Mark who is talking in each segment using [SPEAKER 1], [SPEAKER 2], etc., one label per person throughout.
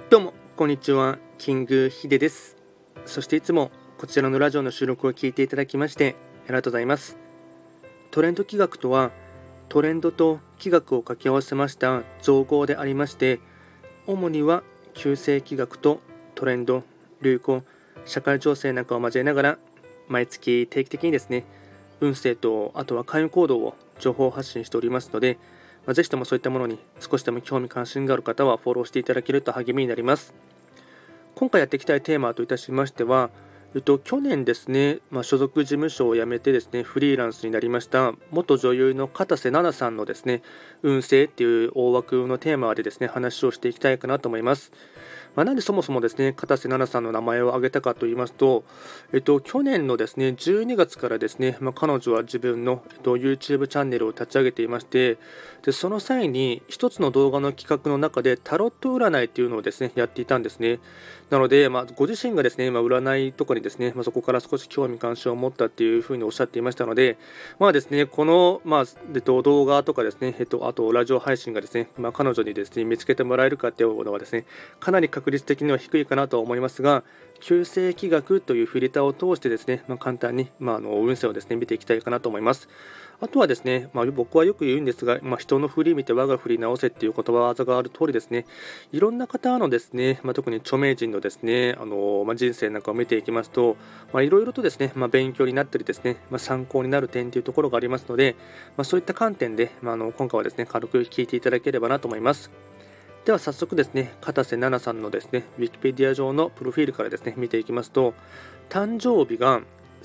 [SPEAKER 1] どうもこんにちは、キングヒデです。そしていつもこちらのラジオの収録を聞いていただきましてありがとうございます。トレンド企画とは、トレンドと企画を掛け合わせました造語でありまして、主には旧世企画とトレンド、流行、社会情勢なんかを交えながら、毎月定期的にですね、運勢とあとは開運行動を情報発信しておりますので、ぜひともそういったものに少しでも興味関心がある方はフォローしていただけると励みになります。今回やっていきたいテーマといたしましては、去年ですね、所属事務所を辞めてですね、フリーランスになりました元女優の片瀬那奈さんのですね、運勢っていう大枠のテーマでですね、話をしていきたいかなと思います。なんでそもそもですね、片瀬那奈さんの名前を挙げたかと言いますと、去年のですね、12月からですね、彼女は自分の、YouTube チャンネルを立ち上げていまして、でその際に一つの動画の企画の中でタロット占いっていうのをですね、やっていたんですね。なので、ご自身がですね、占いとかにですね、そこから少し興味関心を持ったっていうふうにおっしゃっていましたので、ですね、この、動画とかですね、あとラジオ配信がですね、彼女にですね、見つけてもらえるかっていうのはですね、かなり確率的には低いかなと思いますが、旧世紀学というフィルターを通してですね、簡単に、運勢をですね、見ていきたいかなと思います。あとはですね、僕はよく言うんですが、人の振り見て我が振り直せっていう言葉技がある通りですね、いろんな方のですね、特に著名人のですね、人生なんかを見ていきますと、いろいろとですね、勉強になったりですね、参考になる点というところがありますので、そういった観点で、今回はですね、軽く聞いていただければなと思います。では早速ですね、片瀬那奈さんのですね、ウィキペディア上のプロフィールからですね、見ていきますと、誕生日が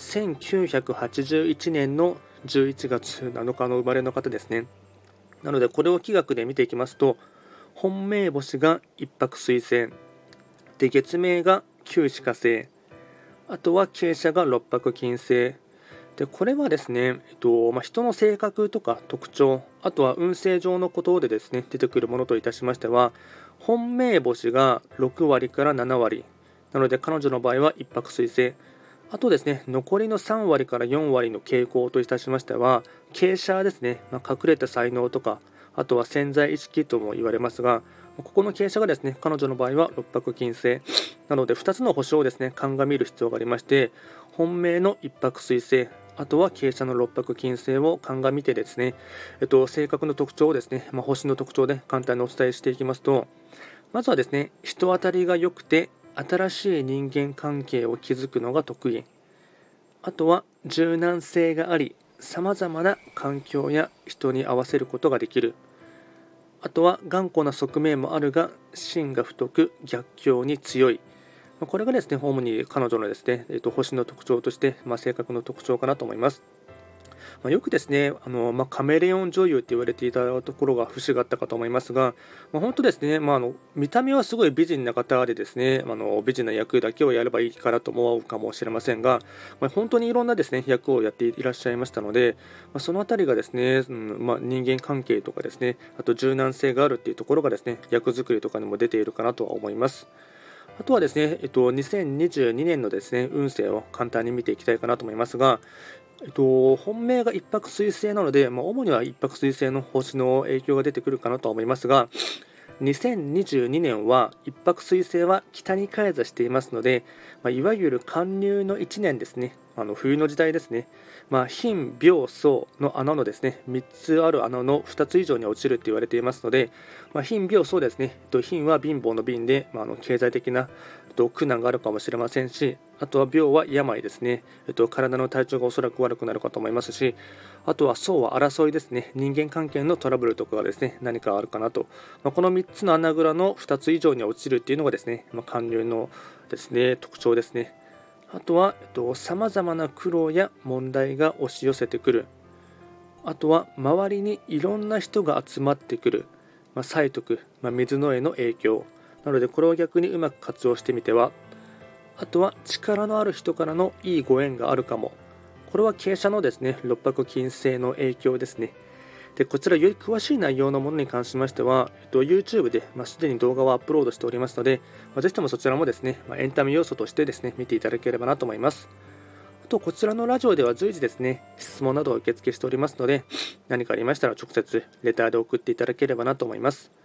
[SPEAKER 1] 1981年の11月7日の生まれの方ですね。なのでこれを気学で見ていきますと、本命星が一白水星で、月命が九紫火星、あとは傾斜が六白金星で、これはですね、人の性格とか特徴、あとは運勢上のことでですね、出てくるものといたしましては、本命星が6割から7割なので、彼女の場合は一白水星、あとですね、残りの3割から4割の傾向といたしましては、傾斜ですね、隠れた才能とか、あとは潜在意識とも言われますが、ここの傾斜がですね、彼女の場合は六白金星なので、2つの星をですね、鑑みる必要がありまして、本命の一白水星、あとは傾斜の六白金星を鑑みてですね、性格の特徴をですね、星の特徴で簡単にお伝えしていきますと、まずはですね、人当たりが良くて新しい人間関係を築くのが得意、あとは柔軟性があり、さまざまな環境や人に合わせることができる、あとは頑固な側面もあるが芯が太く逆境に強い。これがですね、主に彼女のですね、星の特徴として、性格の特徴かなと思います。よくですね、カメレオン女優って言われていたところが節があったかと思いますが、本当ですね、見た目はすごい美人な方でですね、美人な役だけをやればいいかなと思うかもしれませんが、本当にいろんなですね、役をやっていらっしゃいましたので、そのあたりがですね、人間関係とかですね、あと柔軟性があるっていうところがですね、役作りとかにも出ているかなとは思います。あとはですね、2022年のですね、運勢を簡単に見ていきたいかなと思いますが、本命が一泊水星なので、主には一泊水星の星の影響が出てくるかなと思いますが、2022年は一泊水星は北に開座していますので、いわゆる寒入の1年ですね、冬の時代ですね、貧病相の穴のですね、3つある穴の2つ以上に落ちると言われていますので、貧病相ですね、貧は貧乏の貧で、経済的な苦難があるかもしれませんし、あとは病は病ですね、体の体調がおそらく悪くなるかと思いますし、あとは相は争いですね、人間関係のトラブルとかがですね、何かあるかなと、この3つの穴蔵の2つ以上に落ちるっていうのがですね、寒流のですね、特徴ですね。あとはさまざまな苦労や問題が押し寄せてくる、あとは周りにいろんな人が集まってくる、災徳、水の絵の影響なので、これを逆にうまく活用してみては。あとは力のある人からのいいご縁があるかも。これは傾斜のですね、六白金星の影響ですね。でこちらより詳しい内容のものに関しましては、YouTube で、すでに動画をアップロードしておりますので、ぜひともそちらもですね、エンタメ要素としてですね、見ていただければなと思います。あと、こちらのラジオでは随時ですね、質問などを受付しておりますので、何かありましたら直接レターで送っていただければなと思います。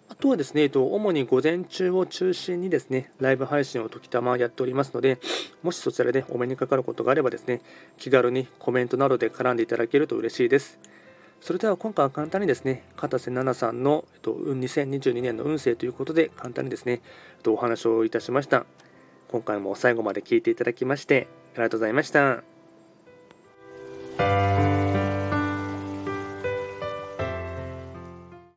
[SPEAKER 1] あとはですね、主に午前中を中心にですね、ライブ配信を時たまやっておりますので、もしそちらでお目にかかることがあればですね、気軽にコメントなどで絡んでいただけると嬉しいです。それでは今回は簡単にですね、片瀬奈々さんの2022年の運勢ということで簡単にですね、お話をいたしました。今回も最後まで聞いていただきましてありがとうございました。